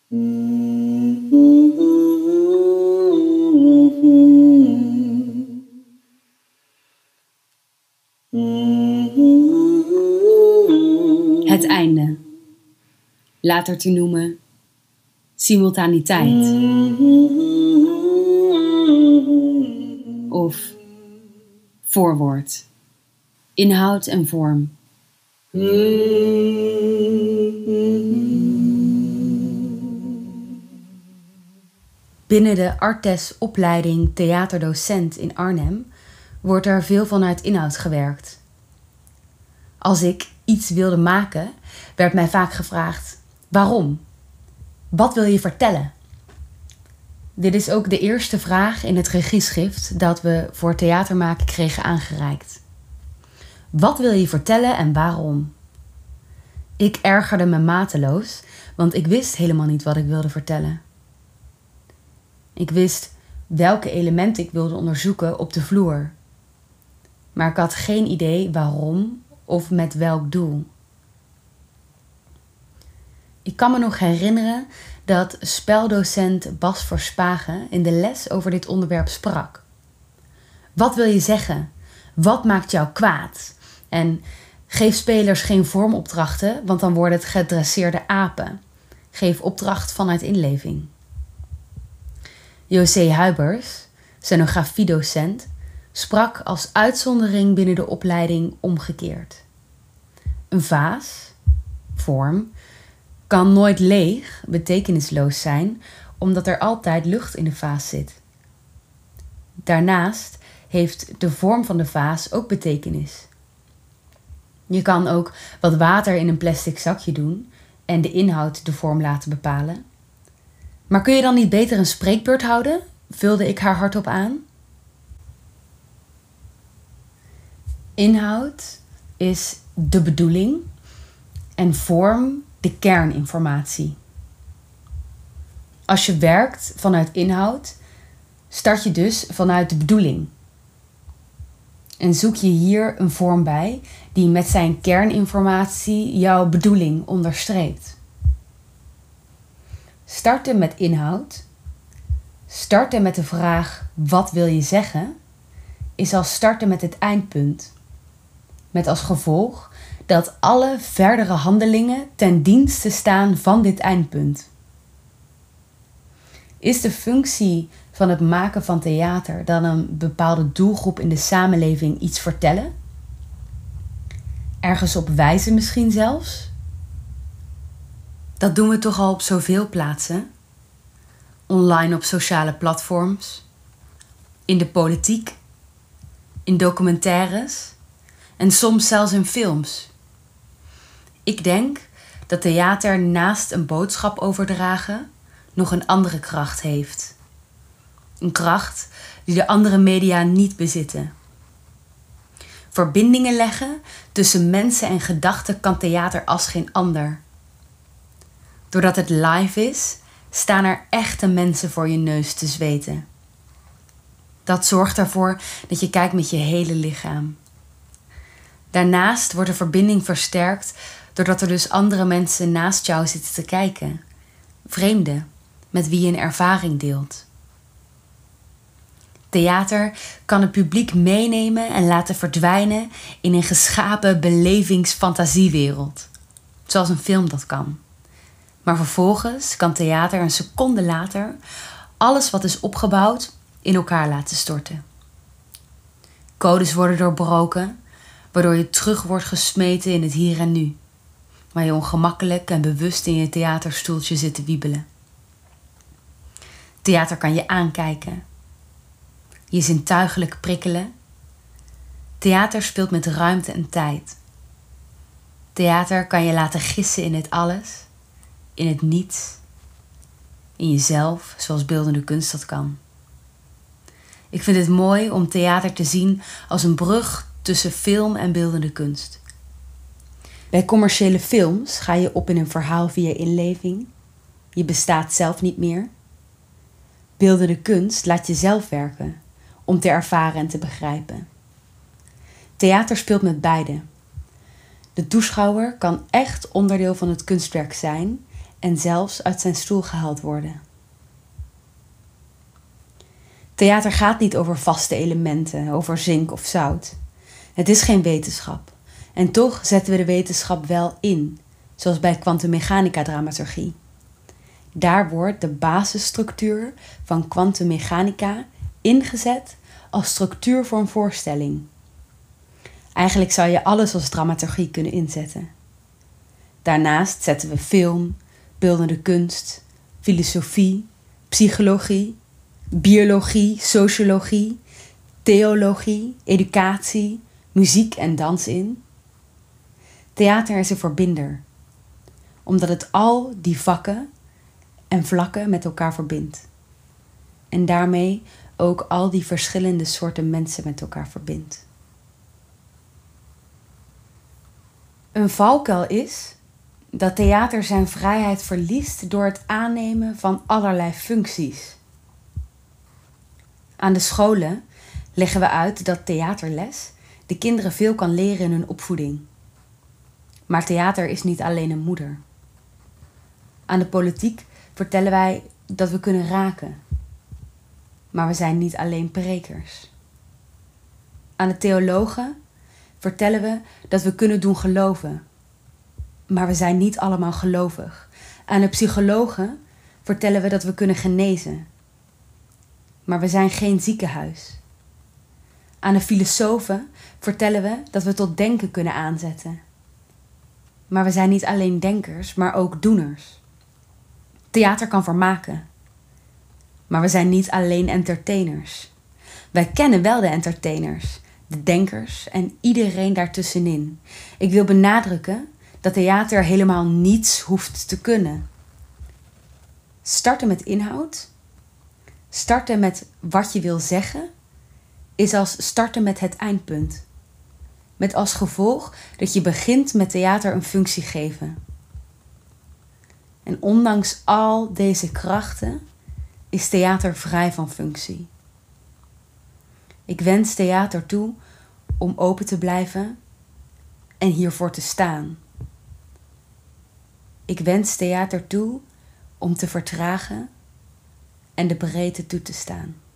Het einde. Later te noemen simultaniteit. Of voorwoord. Inhoud en vorm. Binnen de Artes-opleiding theaterdocent in Arnhem wordt er veel vanuit inhoud gewerkt. Als ik iets wilde maken, werd mij vaak gevraagd: waarom? Wat wil je vertellen? Dit is ook de eerste vraag in het regieschrift dat we voor theatermaken kregen aangereikt. Wat wil je vertellen en waarom? Ik ergerde me mateloos, want ik wist helemaal niet wat ik wilde vertellen. Ik wist welke elementen ik wilde onderzoeken op de vloer. Maar ik had geen idee waarom of met welk doel. Ik kan me nog herinneren dat speldocent Bas Verspagen in de les over dit onderwerp sprak. Wat wil je zeggen? Wat maakt jou kwaad? En geef spelers geen vormopdrachten, want dan worden het gedresseerde apen. Geef opdracht vanuit inleving. José Huibers, scenografiedocent, sprak als uitzondering binnen de opleiding omgekeerd. Een vaas, vorm, kan nooit leeg, betekenisloos zijn, omdat er altijd lucht in de vaas zit. Daarnaast heeft de vorm van de vaas ook betekenis. Je kan ook wat water in een plastic zakje doen en de inhoud de vorm laten bepalen. Maar kun je dan niet beter een spreekbeurt houden? Vulde ik haar hardop aan. Inhoud is de bedoeling en vorm de kerninformatie. Als je werkt vanuit inhoud, start je dus vanuit de bedoeling. En zoek je hier een vorm bij die met zijn kerninformatie jouw bedoeling onderstreept. Starten met inhoud, starten met de vraag wat wil je zeggen, is als starten met het eindpunt. Met als gevolg dat alle verdere handelingen ten dienste staan van dit eindpunt. Is de functie van het maken van theater dan een bepaalde doelgroep in de samenleving iets vertellen? Ergens op wijzen misschien zelfs? Dat doen we toch al op zoveel plaatsen. Online op sociale platforms, in de politiek, in documentaires en soms zelfs in films. Ik denk dat theater naast een boodschap overdragen nog een andere kracht heeft. Een kracht die de andere media niet bezitten. Verbindingen leggen tussen mensen en gedachten kan theater als geen ander. Doordat het live is, staan er echte mensen voor je neus te zweten. Dat zorgt ervoor dat je kijkt met je hele lichaam. Daarnaast wordt de verbinding versterkt doordat er dus andere mensen naast jou zitten te kijken. Vreemden, met wie je een ervaring deelt. Theater kan het publiek meenemen en laten verdwijnen in een geschapen belevingsfantasiewereld. Zoals een film dat kan. Maar vervolgens kan theater een seconde later alles wat is opgebouwd in elkaar laten storten. Codes worden doorbroken, waardoor je terug wordt gesmeten in het hier en nu. Waar je ongemakkelijk en bewust in je theaterstoeltje zit te wiebelen. Theater kan je aankijken. Je zintuigelijk prikkelen. Theater speelt met ruimte en tijd. Theater kan je laten gissen in het alles, in het niets, in jezelf, zoals beeldende kunst dat kan. Ik vind het mooi om theater te zien als een brug tussen film en beeldende kunst. Bij commerciële films ga je op in een verhaal via inleving. Je bestaat zelf niet meer. Beeldende kunst laat je zelf werken, om te ervaren en te begrijpen. Theater speelt met beide. De toeschouwer kan echt onderdeel van het kunstwerk zijn en zelfs uit zijn stoel gehaald worden. Theater gaat niet over vaste elementen, over zink of zout. Het is geen wetenschap. En toch zetten we de wetenschap wel in, zoals bij kwantummechanica-dramaturgie. Daar wordt de basisstructuur van kwantummechanica ingezet als structuur voor een voorstelling. Eigenlijk zou je alles als dramaturgie kunnen inzetten. Daarnaast zetten we film, beeldende kunst, filosofie, psychologie, biologie, sociologie, theologie, educatie, muziek en dans in. Theater is een verbinder, omdat het al die vakken en vlakken met elkaar verbindt. En daarmee ook al die verschillende soorten mensen met elkaar verbindt. Een valkuil is dat theater zijn vrijheid verliest door het aannemen van allerlei functies. Aan de scholen leggen we uit dat theaterles de kinderen veel kan leren in hun opvoeding. Maar theater is niet alleen een moeder. Aan de politiek vertellen wij dat we kunnen raken. Maar we zijn niet alleen prekers. Aan de theologen vertellen we dat we kunnen doen geloven. Maar we zijn niet allemaal gelovig. Aan de psychologen vertellen we dat we kunnen genezen. Maar we zijn geen ziekenhuis. Aan de filosofen vertellen we dat we tot denken kunnen aanzetten. Maar we zijn niet alleen denkers, maar ook doeners. Theater kan vermaken. Maar we zijn niet alleen entertainers. Wij kennen wel de entertainers, de denkers en iedereen daartussenin. Ik wil benadrukken dat theater helemaal niets hoeft te kunnen. Starten met inhoud, starten met wat je wil zeggen, is als starten met het eindpunt. Met als gevolg dat je begint met theater een functie geven. En ondanks al deze krachten is theater vrij van functie. Ik wens theater toe om open te blijven en hiervoor te staan. Ik wens theater toe om te vertragen en de breedte toe te staan.